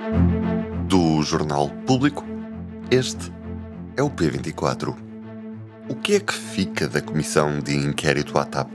Do Jornal Público, este é o P24. O que é que fica da comissão de inquérito à TAP?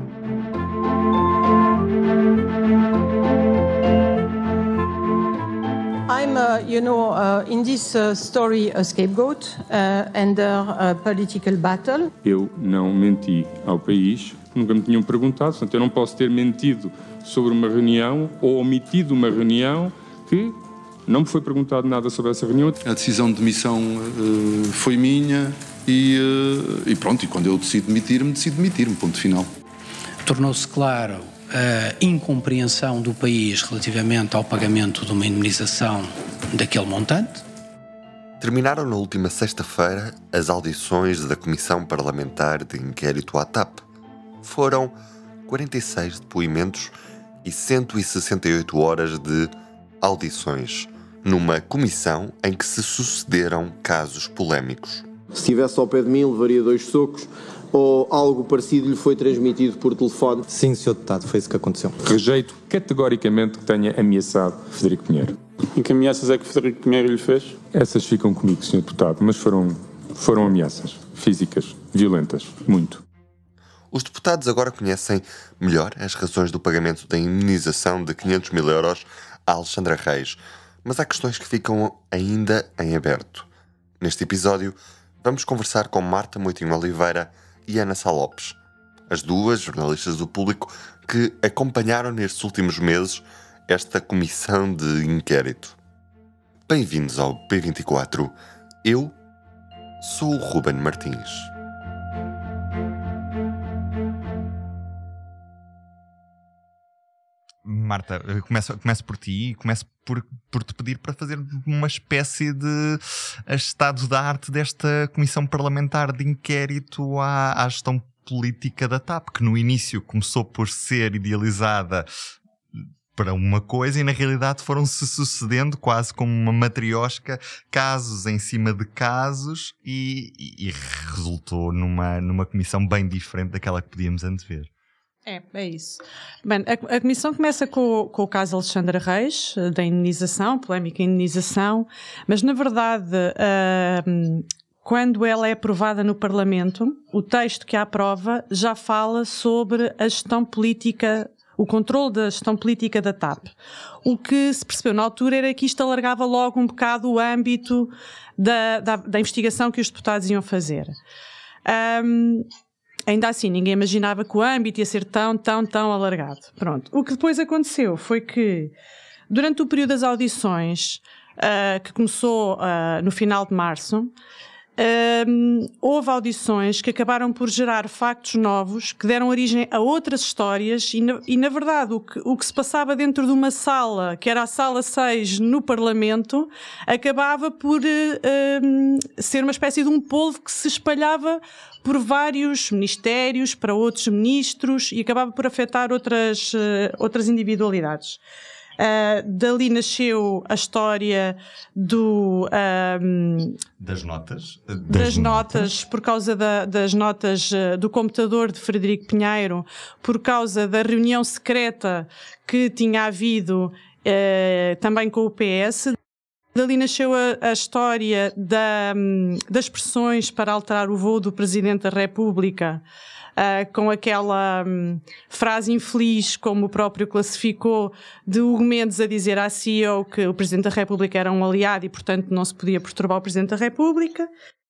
I'm, in this story, a scapegoat under a political battle. Eu não menti ao país, nunca me tinham perguntado, portanto eu não posso ter mentido sobre uma reunião ou omitido uma reunião que não me foi perguntado nada sobre essa reunião. A decisão de demissão foi minha e pronto, e quando eu decido demitir-me, ponto final. Tornou-se claro a incompreensão do país relativamente ao pagamento de uma indemnização daquele montante. Terminaram na última sexta-feira as audições da Comissão Parlamentar de Inquérito à TAP. Foram 46 depoimentos e 168 horas de audições, numa comissão em que se sucederam casos polémicos. Se estivesse ao pé de mim, levaria 2 socos, ou algo parecido lhe foi transmitido por telefone. Sim, Sr. Deputado, foi isso que aconteceu. Rejeito categoricamente que tenha ameaçado Frederico Pinheiro. E que ameaças é que Frederico Pinheiro lhe fez? Essas ficam comigo, Sr. Deputado, mas foram ameaças físicas, violentas, muito. Os deputados agora conhecem melhor as razões do pagamento da indemnização de 500 mil euros a Alexandra Reis, mas há questões que ficam ainda em aberto. Neste episódio, vamos conversar com Marta Moitinho Oliveira e Ana Sá Lopes, as duas jornalistas do Público que acompanharam nestes últimos meses esta comissão de inquérito. Bem-vindos ao P24. Eu sou o Ruben Martins. Marta, começo por ti e começo por te pedir para fazer uma espécie de estado da arte desta Comissão Parlamentar de Inquérito à gestão política da TAP, que no início começou por ser idealizada para uma coisa e na realidade foram-se sucedendo quase como uma matriosca, casos em cima de casos e resultou numa comissão bem diferente daquela que podíamos antever. É isso. Bem, a Comissão começa com o caso Alexandra Reis, da indemnização, polémica indemnização, mas na verdade, quando ela é aprovada no Parlamento, o texto que a aprova já fala sobre a gestão política, o controle da gestão política da TAP. O que se percebeu na altura era que isto alargava logo um bocado o âmbito da investigação que os deputados iam fazer. Ainda assim, ninguém imaginava que o âmbito ia ser tão alargado. Pronto. O que depois aconteceu foi que, durante o período das audições, que começou no final de março, houve audições que acabaram por gerar factos novos que deram origem a outras histórias e na verdade, o que se passava dentro de uma sala, que era a sala 6 no Parlamento, acabava por ser uma espécie de um polvo que se espalhava por vários ministérios, para outros ministros, e acabava por afetar outras individualidades. Dali nasceu a história das notas, por causa das notas do computador de Frederico Pinheiro, por causa da reunião secreta que tinha havido também com o PS. Dali nasceu a história das pressões para alterar o voo do Presidente da República, com aquela frase infeliz, como o próprio classificou, de Hugo Mendes a dizer à CEO que o Presidente da República era um aliado e, portanto, não se podia perturbar o Presidente da República.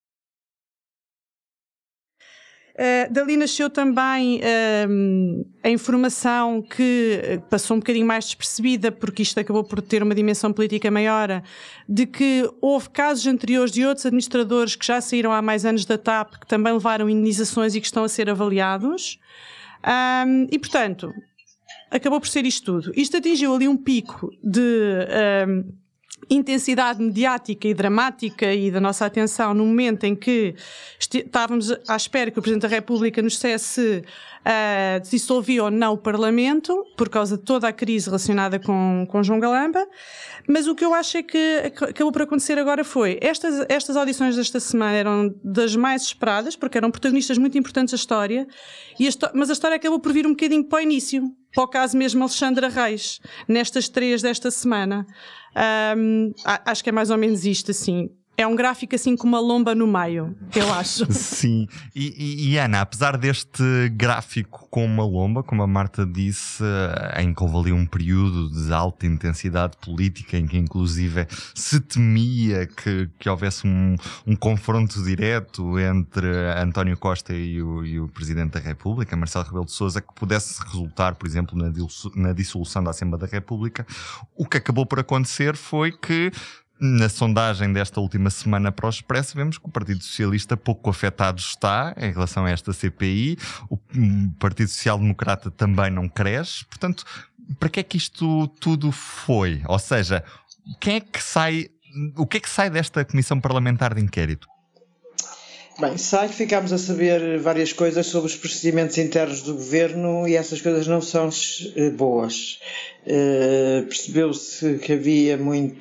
Dali nasceu também a informação que passou um bocadinho mais despercebida, porque isto acabou por ter uma dimensão política maior, de que houve casos anteriores de outros administradores que já saíram há mais anos da TAP, que também levaram indenizações e que estão a ser avaliados. E, portanto, acabou por ser isto tudo. Isto atingiu ali um pico de intensidade mediática e dramática e da nossa atenção no momento em que estávamos à espera que o Presidente da República nos dissesse dissolvia ou não o Parlamento, por causa de toda a crise relacionada com João Galamba. Mas o que eu acho é que acabou por acontecer agora foi, estas audições desta semana eram das mais esperadas, porque eram protagonistas muito importantes da história, mas a história acabou por vir um bocadinho para o início, para o caso mesmo Alexandra Reis, nestas 3 desta semana. Acho que é mais ou menos isto, assim. É um gráfico assim com uma lomba no meio, eu acho. Sim. E Ana, apesar deste gráfico com uma lomba, como a Marta disse, em que houve ali um período de alta intensidade política em que inclusive se temia que houvesse um confronto direto entre António Costa e o Presidente da República, Marcelo Rebelo de Sousa, que pudesse resultar, por exemplo, na dissolução da Assembleia da República, o que acabou por acontecer foi que na sondagem desta última semana para o Expresso, vemos que o Partido Socialista pouco afetado está em relação a esta CPI. O Partido Social Democrata também não cresce. Portanto, para que é que isto tudo foi? Ou seja, o que é que sai desta Comissão Parlamentar de Inquérito? Bem, sai que ficámos a saber várias coisas sobre os procedimentos internos do Governo e essas coisas não são boas. Percebeu-se que havia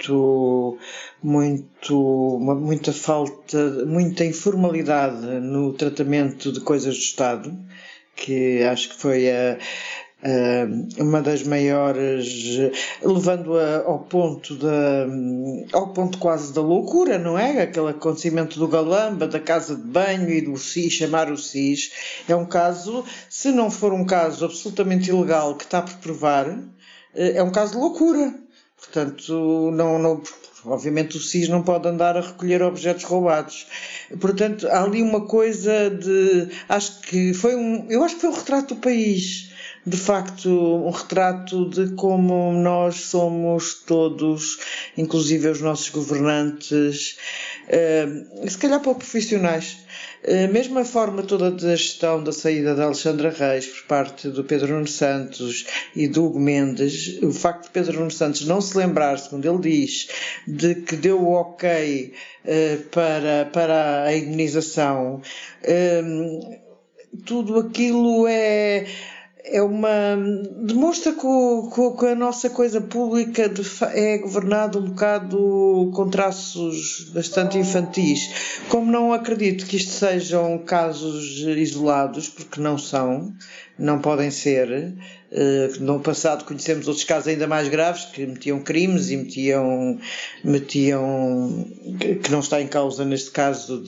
muita falta, muita informalidade no tratamento de coisas do Estado, que acho que foi uma das maiores, levando-a ao ponto quase da loucura, não é? Aquele acontecimento do Galamba, da casa de banho e do SIS, chamar o SIS, é um caso, se não for um caso absolutamente ilegal que está por provar, é um caso de loucura. Portanto, obviamente o SIS não pode andar a recolher objetos roubados. Portanto, há ali uma coisa de, eu acho que foi um retrato do país. De facto, um retrato de como nós somos todos, inclusive os nossos governantes, se calhar pouco profissionais. Mesmo a forma toda da gestão da saída de Alexandra Reis por parte do Pedro Nuno Santos e do Hugo Mendes, o facto de Pedro Nuno Santos não se lembrar, segundo ele diz, de que deu o ok para a indemnização, tudo aquilo demonstra que a nossa coisa pública é governada um bocado com traços bastante infantis. Como não acredito que isto sejam casos isolados, porque não podem ser. No passado conhecemos outros casos ainda mais graves que metiam crimes e metiam que não está em causa neste caso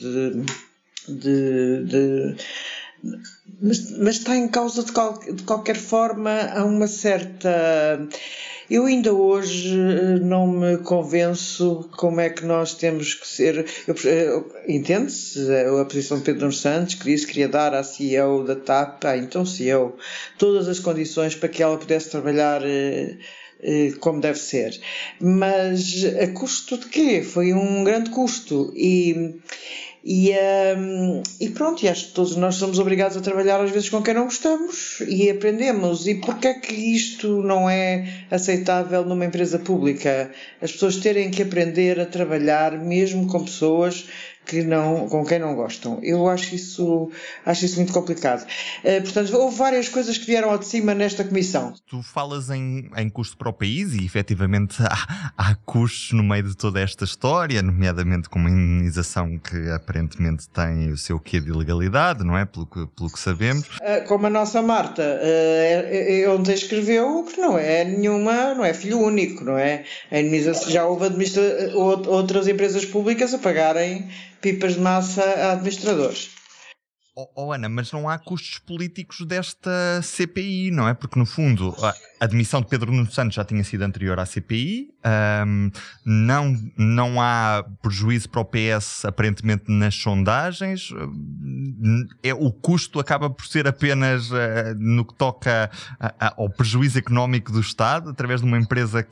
mas está em causa de qualquer forma. Há uma certa... Eu ainda hoje não me convenço como é que nós temos que ser... Entende-se a posição de Pedro Nuno Santos, que disse que queria dar à CEO da TAP, então CEO, todas as condições para que ela pudesse trabalhar como deve ser. Mas a custo de quê? Foi um grande custo. E pronto, e acho que todos nós somos obrigados a trabalhar às vezes com quem não gostamos e aprendemos. E porquê é que isto não é aceitável numa empresa pública? As pessoas terem que aprender a trabalhar mesmo com pessoas com quem não gostam. Eu acho isso muito complicado. Portanto, houve várias coisas que vieram ao de cima nesta comissão. Tu falas em custo para o país e efetivamente há custos no meio de toda esta história, nomeadamente com uma indenização que aparentemente tem o seu quê de ilegalidade, não é? Pelo que sabemos. Como a nossa Marta ontem escreveu, que não é filho único, não é? A indenização, já houve outras empresas públicas a pagarem pipas de massa a administradores. Ana, mas não há custos políticos desta CPI, não é? Porque, no fundo, a admissão de Pedro Nuno Santos já tinha sido anterior à CPI, não há prejuízo para o PS, aparentemente, nas sondagens, o custo acaba por ser apenas no que toca ao prejuízo económico do Estado, através de uma empresa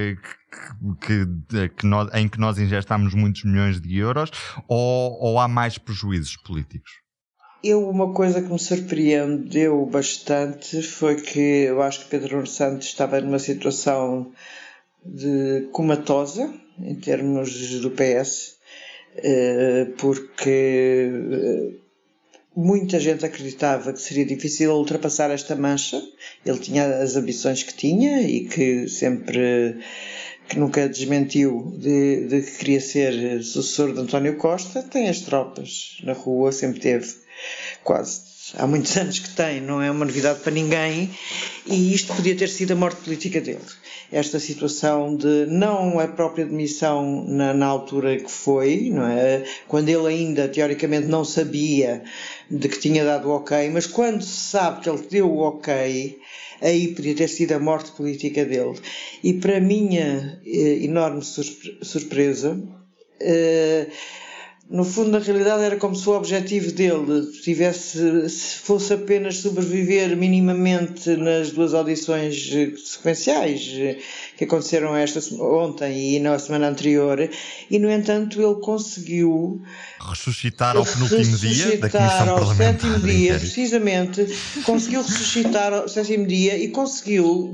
em que nós injetamos muitos milhões de euros, ou há mais prejuízos políticos? Uma coisa que me surpreendeu bastante foi que eu acho que Pedro Nuno Santos estava numa situação comatosa em termos do PS, porque muita gente acreditava que seria difícil ultrapassar esta mancha. Ele tinha as ambições que tinha e que nunca desmentiu de que queria ser sucessor de António Costa. Tem as tropas na rua, sempre teve, quase há muitos anos que tem, não é uma novidade para ninguém, e isto podia ter sido a morte política dele. Esta situação de não a própria demissão na altura que foi, não é? Quando ele ainda teoricamente não sabia de que tinha dado o ok, mas quando se sabe que ele deu o ok, aí podia ter sido a morte política dele. E para minha enorme surpresa, no fundo, na realidade, era como se o objetivo dele se fosse apenas sobreviver minimamente nas 2 audições sequenciais que aconteceram ontem e na semana anterior, e, no entanto, ele conseguiu ressuscitar ao penúltimo dia da Comissão Parlamentar. Ao 7º dia, precisamente, conseguiu ressuscitar ao 7º dia e conseguiu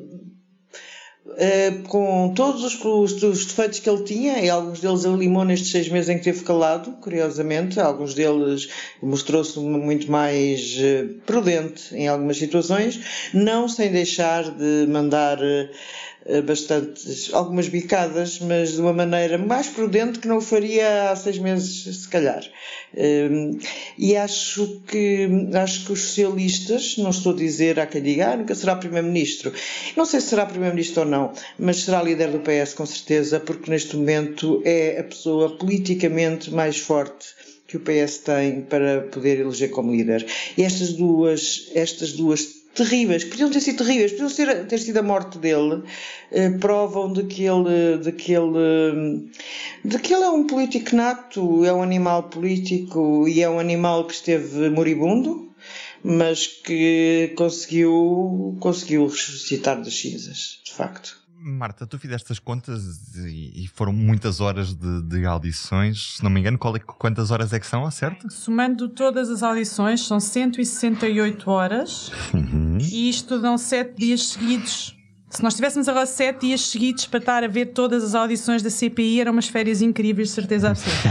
com todos os defeitos que ele tinha, e alguns deles ele limou nestes 6 meses em que esteve calado, curiosamente, alguns deles mostrou-se muito mais prudente em algumas situações, não sem deixar de mandar algumas bicadas, mas de uma maneira mais prudente que não o faria há 6 meses, se calhar. E acho que os socialistas, não estou a dizer, há quem diga, nunca será Primeiro-Ministro. Não sei se será Primeiro-Ministro ou não, mas será líder do PS com certeza, porque neste momento é a pessoa politicamente mais forte que o PS tem para poder eleger como líder. E estas duas terríveis, que podiam ter sido terríveis, podiam ter sido a morte dele, provam de que ele é um político nato, é um animal político e é um animal que esteve moribundo, mas que conseguiu ressuscitar das cinzas, de facto. Marta, tu fizeste as contas e foram muitas horas de audições, se não me engano, quantas horas é que são, certo? Somando todas as audições, são 168 horas, e isto dão 7 dias seguidos. Se nós tivéssemos agora 7 dias seguidos para estar a ver todas as audições da CPI, eram umas férias incríveis, de certeza absoluta.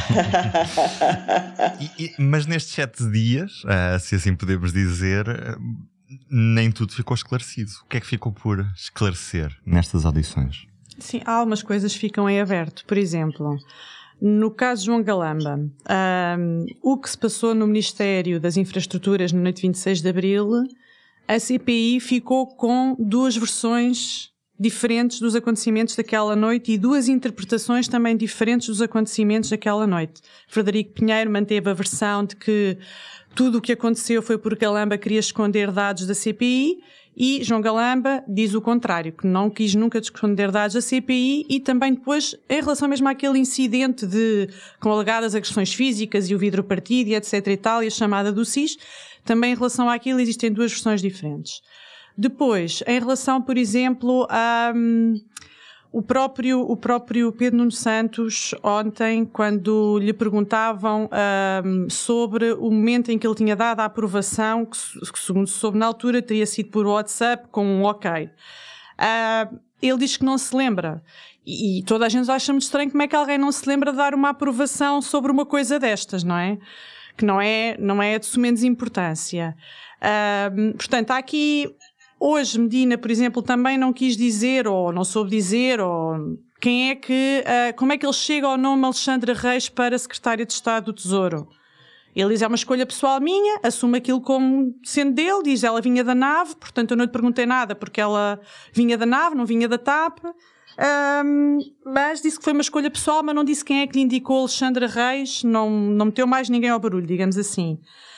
Mas nestes 7 dias, se assim podemos dizer, nem tudo ficou esclarecido. O que é que ficou por esclarecer nestas audições? Sim, há algumas coisas que ficam em aberto. Por exemplo, no caso de João Galamba, o que se passou no Ministério das Infraestruturas na noite de 26 de Abril, a CPI ficou com 2 versões diferentes dos acontecimentos daquela noite e 2 interpretações também diferentes dos acontecimentos daquela noite. Frederico Pinheiro manteve a versão de que tudo o que aconteceu foi porque Galamba queria esconder dados da CPI, e João Galamba diz o contrário, que não quis nunca esconder dados da CPI, e também depois, em relação mesmo àquele incidente com alegadas agressões físicas e o vidro partido e etc e tal, e a chamada do SIS, também em relação àquilo existem 2 versões diferentes. Depois, em relação, por exemplo, o próprio Pedro Nuno Santos, ontem, quando lhe perguntavam sobre o momento em que ele tinha dado a aprovação, que segundo se soube na altura, teria sido por WhatsApp com um ok. Ele diz que não se lembra. E toda a gente acha muito estranho como é que alguém não se lembra de dar uma aprovação sobre uma coisa destas, não é? Que não é de sumenos importância. Portanto, há aqui... Hoje, Medina, por exemplo, também não quis dizer, ou não soube dizer, ou como é que ele chega ao nome Alexandra Reis para Secretária de Estado do Tesouro. Ele diz, é uma escolha pessoal minha, assume aquilo como sendo dele, diz, ela vinha da nave, portanto eu não lhe perguntei nada, porque ela vinha da nave, não vinha da TAP, mas disse que foi uma escolha pessoal, mas não disse quem é que lhe indicou Alexandra Reis, não meteu mais ninguém ao barulho, digamos assim.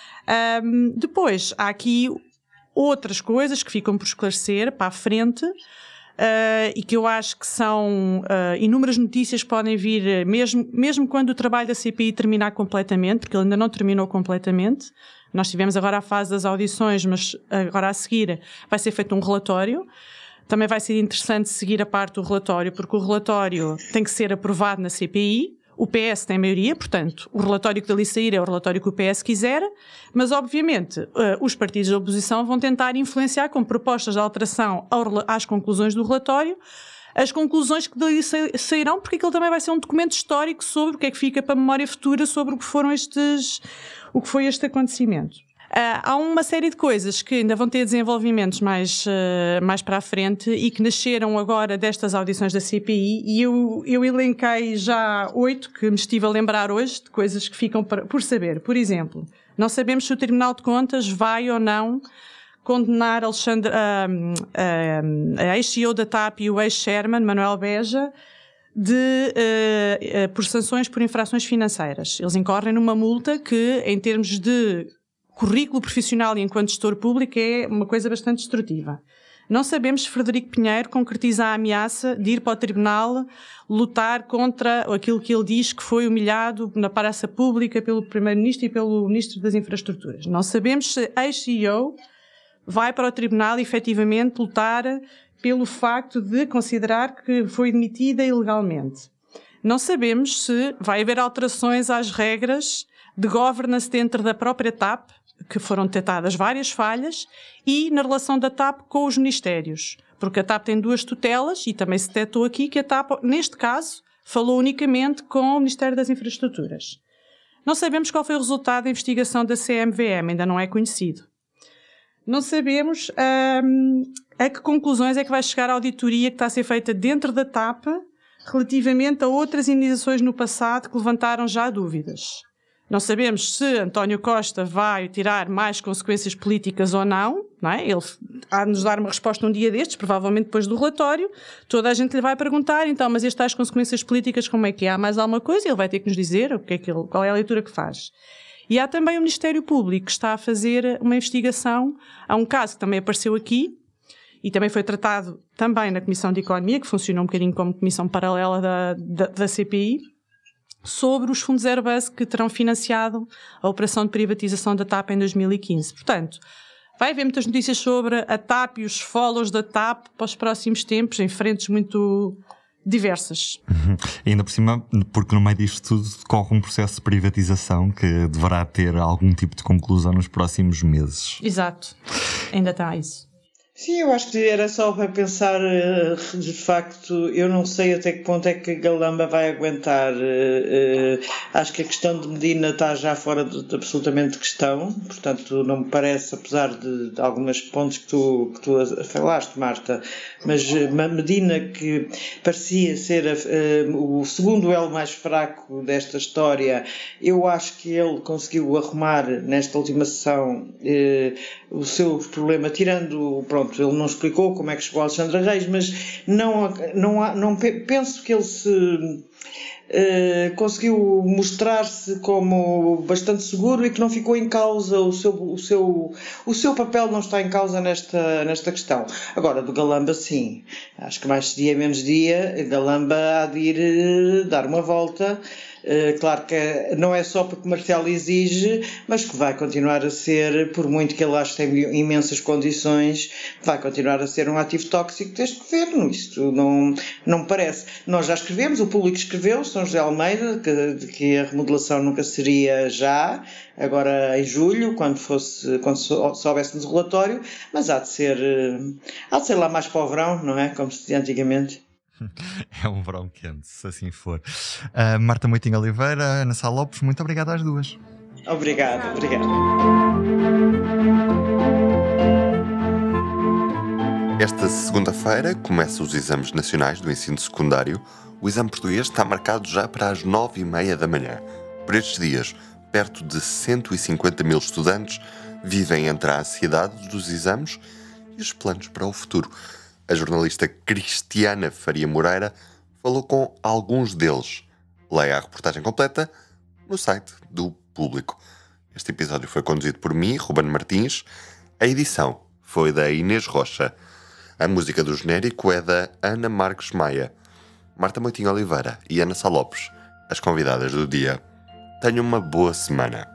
Depois, há aqui outras coisas que ficam por esclarecer para a frente, e que eu acho que são inúmeras notícias que podem vir, mesmo quando o trabalho da CPI terminar completamente, porque ele ainda não terminou completamente. Nós tivemos agora a fase das audições, mas agora a seguir vai ser feito um relatório. Também vai ser interessante seguir a parte do relatório, porque o relatório tem que ser aprovado na CPI. O PS tem maioria, portanto, o relatório que dali sair é o relatório que o PS quiser, mas obviamente os partidos da oposição vão tentar influenciar com propostas de alteração às conclusões do relatório, as conclusões que dali sairão, porque aquilo também vai ser um documento histórico sobre o que é que fica para a memória futura sobre o que foi este acontecimento. Há uma série de coisas que ainda vão ter desenvolvimentos mais para a frente e que nasceram agora destas audições da CPI, e eu elenquei já 8 que me estive a lembrar hoje, de coisas que ficam por saber. Por exemplo, Não sabemos se o Tribunal de Contas vai ou não condenar a ex-CEO da TAP e o ex-chairman, Manuel Beja, por sanções por infrações financeiras. Eles incorrem numa multa que, em termos de currículo profissional e enquanto gestor público, é uma coisa bastante destrutiva. Não sabemos se Frederico Pinheiro concretiza a ameaça de ir para o tribunal lutar contra aquilo que ele diz que foi humilhado na praça pública pelo Primeiro-Ministro e pelo Ministro das Infraestruturas. Não sabemos se a ex-CEO vai para o tribunal efetivamente lutar pelo facto de considerar que foi demitida ilegalmente. Não sabemos se vai haver alterações às regras de governance dentro da própria TAP, que foram detectadas várias falhas, e na relação da TAP com os ministérios. Porque a TAP tem 2 tutelas, e também se detectou aqui que a TAP, neste caso, falou unicamente com o Ministério das Infraestruturas. Não sabemos qual foi o resultado da investigação da CMVM, ainda não é conhecido. Não sabemos a que conclusões é que vai chegar a auditoria que está a ser feita dentro da TAP relativamente a outras indenizações no passado que levantaram já dúvidas. Não sabemos se António Costa vai tirar mais consequências políticas ou não, não é? Ele há de nos dar uma resposta um dia destes, provavelmente depois do relatório. Toda a gente lhe vai perguntar, então, mas estas consequências políticas, como é que é? Há mais alguma coisa? Ele vai ter que nos dizer o que é qual é a leitura que faz. E há também o Ministério Público que está a fazer uma investigação. Há um caso que também apareceu aqui e também foi tratado também na Comissão de Economia, que funcionou um bocadinho como comissão paralela da CPI, sobre os fundos Airbus que terão financiado a operação de privatização da TAP em 2015. Portanto, vai haver muitas notícias sobre a TAP e os follows da TAP para os próximos tempos, em frentes muito diversas. E ainda por cima, porque no meio disto tudo decorre um processo de privatização que deverá ter algum tipo de conclusão nos próximos meses. Exato. Ainda está isso. Sim, eu acho que era só para pensar, de facto, eu não sei até que ponto é que Galamba vai aguentar. Acho que a questão de Medina está já fora de absolutamente questão, portanto não me parece, apesar de alguns pontos que tu falaste, Marta, mas Medina, que parecia ser o segundo elo mais fraco desta história, eu acho que ele conseguiu arrumar nesta última sessão o seu problema, tirando, pronto, ele não explicou como é que chegou a Alexandra Reis, mas não penso que ele se conseguiu mostrar-se como bastante seguro e que não ficou em causa, o seu papel não está em causa nesta questão. Agora, do Galamba, sim. Acho que mais dia menos dia, Galamba há de ir dar uma volta. Claro que não é só porque Marcelo exige, mas que vai continuar a ser, por muito que ele ache que tem imensas condições, vai continuar a ser um ativo tóxico deste governo. Isto não me parece. Nós já escrevemos, o público escreveu, São José Almeida, que a remodelação nunca seria já, agora em julho, quando soubéssemos o relatório, mas há de ser lá mais para o verão, não é? Como se dizia antigamente. É um verão quente, se assim for. Marta Moitinho Oliveira, Ana Sá Lopes, muito obrigado às duas. Obrigado. Esta segunda-feira começam os exames nacionais do ensino secundário. O exame português está marcado já para as 9h30 da manhã. Por estes dias, perto de 150 mil estudantes vivem entre a ansiedade dos exames e os planos para o futuro. A jornalista Cristiana Faria Moreira falou com alguns deles. Leia a reportagem completa no site do Público. Este episódio foi conduzido por mim, Ruben Martins. A edição foi da Inês Rocha. A música do genérico é da Ana Marques Maia. Marta Moitinho Oliveira e Ana Sá Lopes, as convidadas do dia. Tenham uma boa semana.